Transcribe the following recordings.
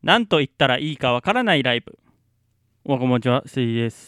何と言ったらいいかわからないライブ。こんにちは、せいです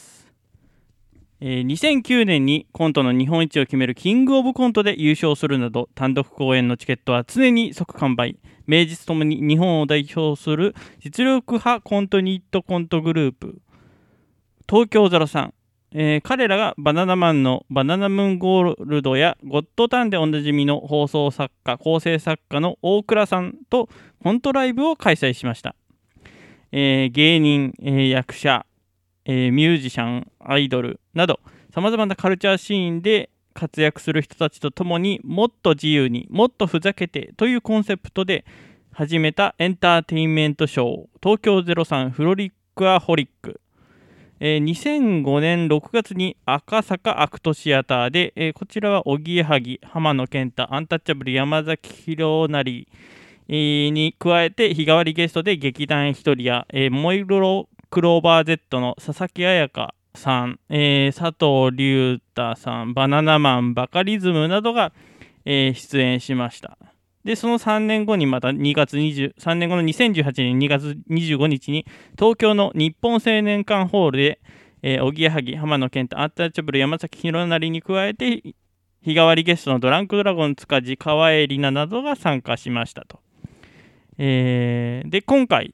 。2009年にコントの日本一を決めるキングオブコントで優勝するなど、単独公演のチケットは常に即完売。名実ともに日本を代表する実力派コントニットコントグループ、東京03。彼らがバナナマンのバナナムーンゴールドやゴッドタンでおなじみの放送作家、構成作家の大倉さんとコントライブを開催しました。芸人、役者、ミュージシャン、アイドルなどさまざまなカルチャーシーンで活躍する人たちとともに、もっと自由にもっとふざけてというコンセプトで始めたエンターテインメントショー、東京03フロリックアホリック。2005年6月に赤坂アクトシアターで、こちらはおぎやはぎ、浜野健太、アンタッチャブル山崎弘成に加えて、日替わりゲストで劇団ひとりや、ももいろクローバー Z の佐々木彩香さん、佐藤隆太さん、バナナマン、バカリズムなどが、出演しました。で、その3年後にまた3年後の2018年2月25日に東京の日本青年館ホールで、おぎやはぎ、浜野健太、アンタッチャブル山崎弘成に加えて、日替わりゲストのドランクドラゴン塚地、川栄李奈などが参加しましたと。で、今回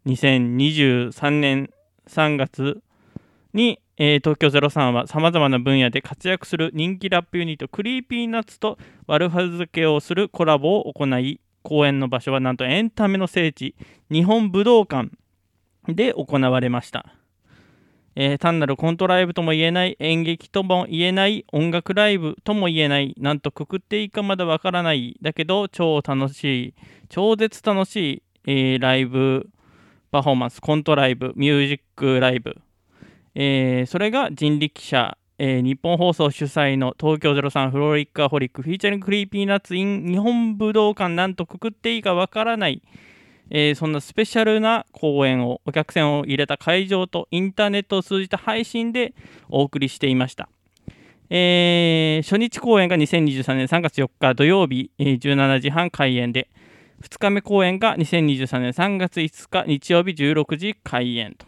2023年3月に、東京03はさまざまな分野で活躍する人気ラップユニットクリーピーナッツと悪ふざけをするコラボを行い、公演の場所はなんとエンタメの聖地日本武道館で行われました。単なるコントライブとも言えない、演劇とも言えない、音楽ライブとも言えない、なんとくくっていいかまだわからない、だけど超絶楽しい、ライブパフォーマンス、コントライブ、ミュージックライブ、それが人力車、日本放送主催の東京03フロリックアホリックフィーチャリングクリーピーナッツ in 日本武道館、なんとくくっていいかわからない、そんなスペシャルな公演をお客さんを入れた会場とインターネットを通じた配信でお送りしていました。初日公演が2023年3月4日土曜日、17時半開演で、2日目公演が2023年3月5日日曜日16時開演と。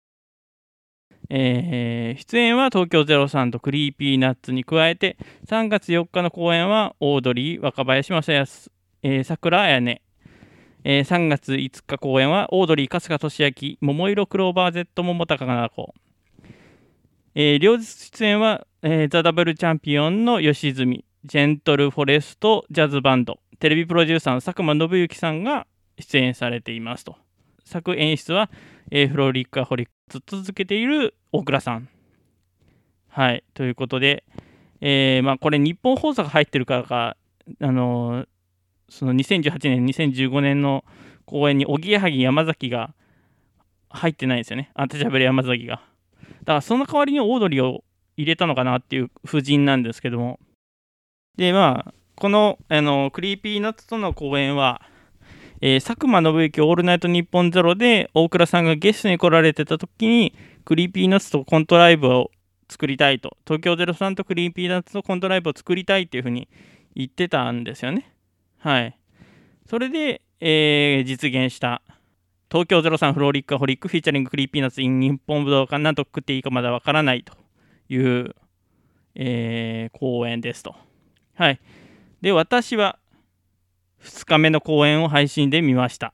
出演は東京03とクリーピーナッツに加えて、3月4日の公演はオードリー、若林正康、桜彩音、3月5日公演はオードリー、春日俊彰、桃色クローバー Z、桃高菜子。両日出演は、ザ・ダブルチャンピオンの吉住、ジェントルフォレストジャズバンド、テレビプロデューサーの佐久間信之さんが出演されていますと。作演出は、フロリックアホリックずっと続けている大倉さん。はい、ということで、これ日本放送が入ってるからか、その2018年、2015年の公演におぎやはぎ山崎が入ってないんですよね。アンタッチャブル山崎が。だからその代わりにオードリーを入れたのかなっていう布陣なんですけども。で、この、クリーピーナッツとの公演は、佐久間信之オールナイトニッポンゼロで大倉さんがゲストに来られてた時に、クリーピーナッツとコントライブを作りたいと、東京03とクリーピーナッツのコントライブを作りたいっていうふうに言ってたんですよね。はい。それで、実現した東京03フローリックアホリックフィーチャリングクリーピーナッツ in 日本武道館、なんと食っていいかまだわからないという、公演ですと。はい。で、私は2日目の公演を配信で見ました。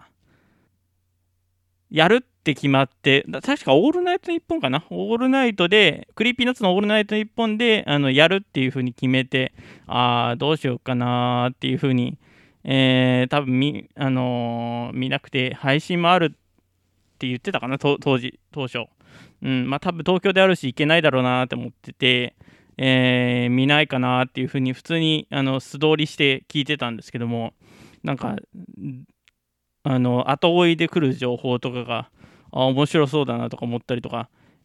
やるって決まって、確かオールナイトニッポンかな、オールナイトで、クリーピーナッツのオールナイトニッポンでやるっていう風に決めて、どうしようかなっていう風に、多分見なくて配信もあるって言ってたかな、当初。多分東京であるし行けないだろうなって思ってて、見ないかなっていう風に普通に素通りして聞いてたんですけども、なんか後追いで来る情報とかが面白そうだなとか思ったりとか、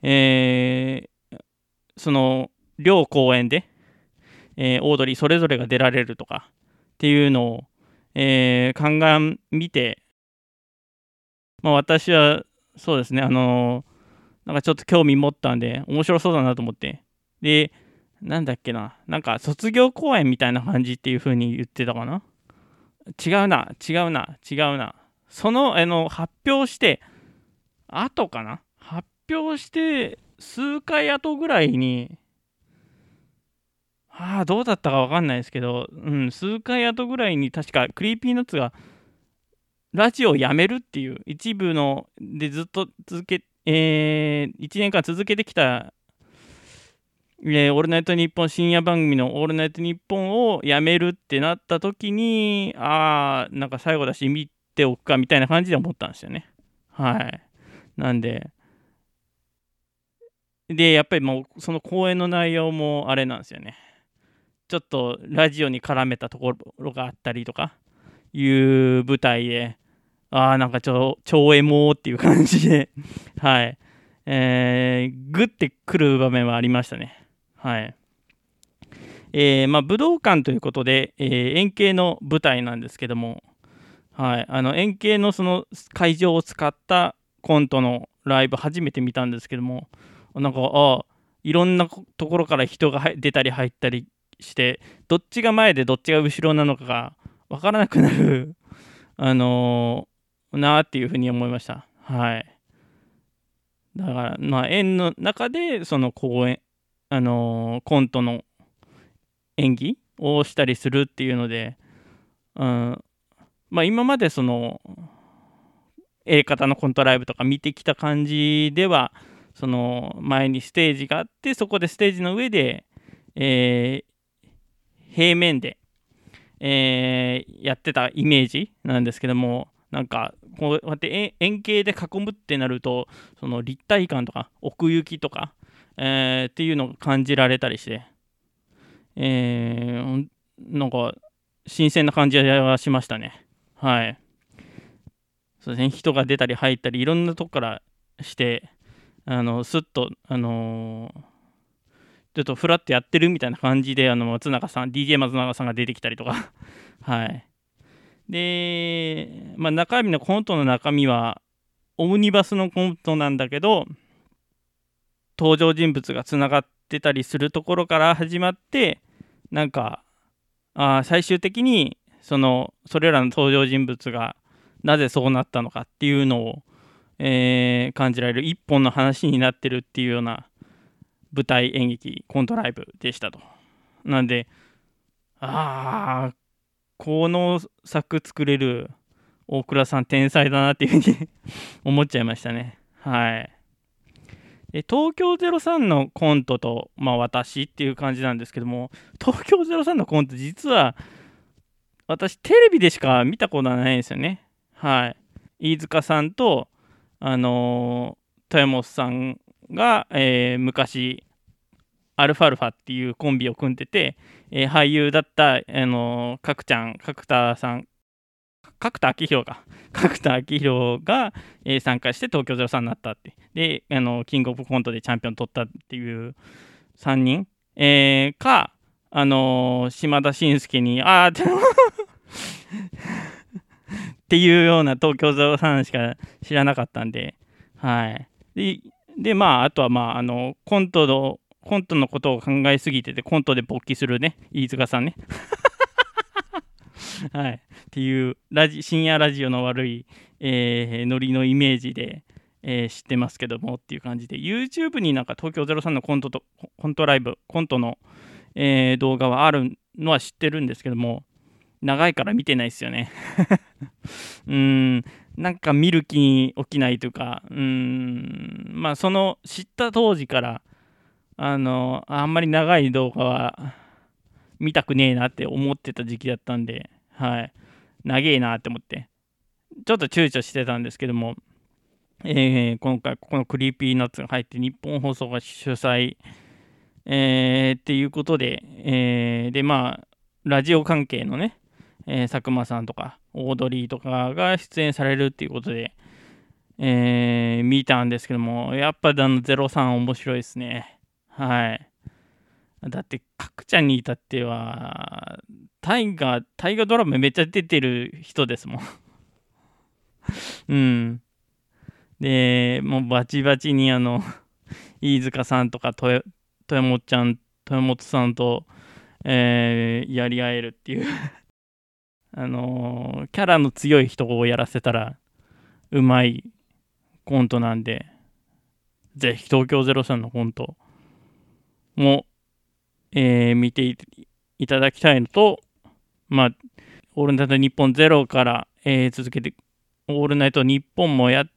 その両公演で、オードリーそれぞれが出られるとかっていうのを、鑑みて、私はそうですね、なんかちょっと興味持ったんで面白そうだなと思って、で、なんだっけな、なんか卒業公演みたいな感じっていう風に言ってたかな。違うな。その発表して後かな、発表して数回後ぐらいに、どうだったか分かんないですけど、数回後ぐらいに確かクリーピーナッツがラジオをやめるっていう一部のでずっと1年間続けてきた、オールナイトニッポン深夜番組のオールナイトニッポンをやめるってなった時に、なんか最後だし見ておくかみたいな感じで思ったんですよね。はい。なんで、やっぱりもうその公演の内容もあれなんですよね。ちょっとラジオに絡めたところがあったりとかいう舞台で、なんか超エモっていう感じではい。グッてくる場面はありましたね。はい。武道館ということで、円形の舞台なんですけども、はい、円形のその会場を使ったコントのライブ初めて見たんですけども、なんかいろんなところから人が出たり入ったりして、どっちが前でどっちが後ろなのかが分からなくなるなっていうふうに思いました。はい。だから円の中でその公演コントの演技をしたりするっていうので、今までその A 型のコントライブとか見てきた感じでは、その前にステージがあって、そこでステージの上で、平面で、やってたイメージなんですけども、なんかこうやって円形で囲むってなると、その立体感とか奥行きとか、っていうのを感じられたりして、なんか新鮮な感じがしましたね。はい。そうですね、人が出たり入ったりいろんなとこからしてスッとちょっとフラッとやってるみたいな感じで松永さん DJ 松永さんが出てきたりとかはいで、中身のコントの中身はオムニバスのコントなんだけど、登場人物がつながってたりするところから始まって、なんか最終的にそれらの登場人物がなぜそうなったのかっていうのを、感じられる一本の話になってるっていうような舞台演劇コントライブでしたと。なんでこの作作れる大倉さん天才だなっていうふうに思っちゃいましたね。はい。東京03のコントと、私っていう感じなんですけども、東京03のコント実は私テレビでしか見たことないんですよね。はい。飯塚さんと豊本さんが、昔アルファルファっていうコンビを組んでて、俳優だった角田さん角田昭宏が、参加して東京03になったって。でキングオブコントでチャンピオン取ったっていう3人、島田紳介にっていうような東京03しか知らなかったんで、はい。であとはコントのことを考えすぎててコントで勃起するね飯塚さんねはいっていう深夜ラジオの悪い、ノリのイメージで、知ってますけどもっていう感じで YouTube になんか東京03のコントライブコントの、動画はあるのは知ってるんですけども、長いから見てないですよねなんか見る気に起きないというか、その知った当時からあんまり長い動画は見たくねえなって思ってた時期だったんで、はい、長えなって思ってちょっと躊躇してたんですけども、今回このクリーピーナッツが入って日本放送が主催、っていうことで、ラジオ関係のね、佐久間さんとかオードリーとかが出演されるっていうことで、見たんですけども、やっぱ03面白いですね。はい。だって角ちゃんに至っては大河ドラマめっちゃ出てる人ですもんでもうバチバチに飯塚さんとか豊本さんと、やり合えるっていうキャラの強い人をやらせたらうまいコントなんで、ぜひ東京03のコントも、見ていただきたいのと、まあ、オールナイトニッポンゼロから、続けて、オールナイトニッポンもやって、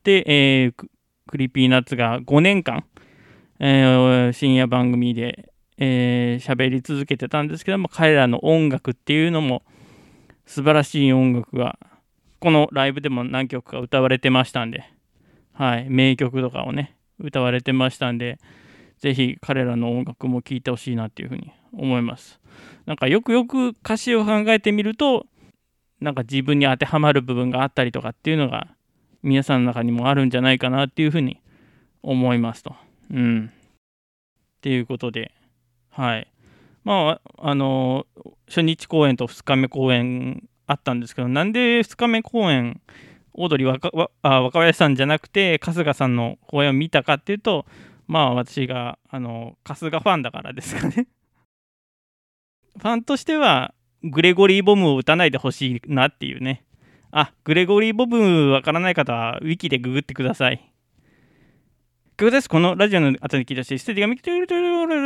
クリーピーナッツが5年間、深夜番組で喋り続けてたんですけども、彼らの音楽っていうのも素晴らしい音楽がこのライブでも何曲か歌われてましたんで、はい、名曲とかをね歌われてましたんで、ぜひ彼らの音楽も聴いてほしいなっていうふうに思います。なんかよくよく歌詞を考えてみると、なんか自分に当てはまる部分があったりとかっていうのが皆さんの中にもあるんじゃないかなっていうふうに思いますと。っていうことで、はい。まあ、初日公演と2日目公演あったんですけど、なんで2日目公演、オードリー若林さんじゃなくて、春日さんの公演を見たかっていうと、まあ、私が、春日ファンだからですかね。ファンとしては、グレゴリー・ボムを打たないでほしいなっていうね。グレゴリー・ボムわからない方は、ウィキでググってください。このラジオの後に聞いたし、ステディが見ていると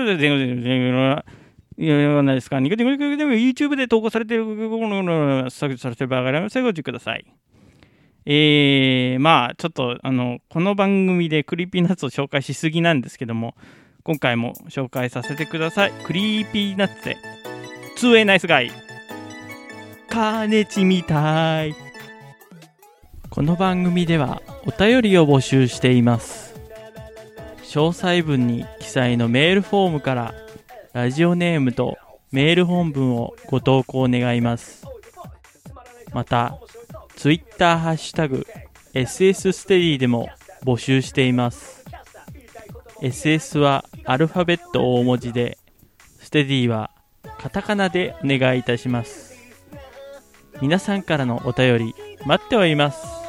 いうないですか。YouTube で投稿されている削除されている場合がありますのでご注意ください。まあ、ちょっと、この番組でクリーピーナッツを紹介しすぎなんですけども、今回も紹介させてください。クリーピーナッツで、2way ナイスガイ。カネチみたい。この番組ではお便りを募集しています。詳細文に記載のメールフォームからラジオネームとメール本文をご投稿願います。また、ツイッターハッシュタグ SS ステディでも募集しています。SS はアルファベット大文字で、ステディはカタカナでお願いいたします。皆さんからのお便り待っております。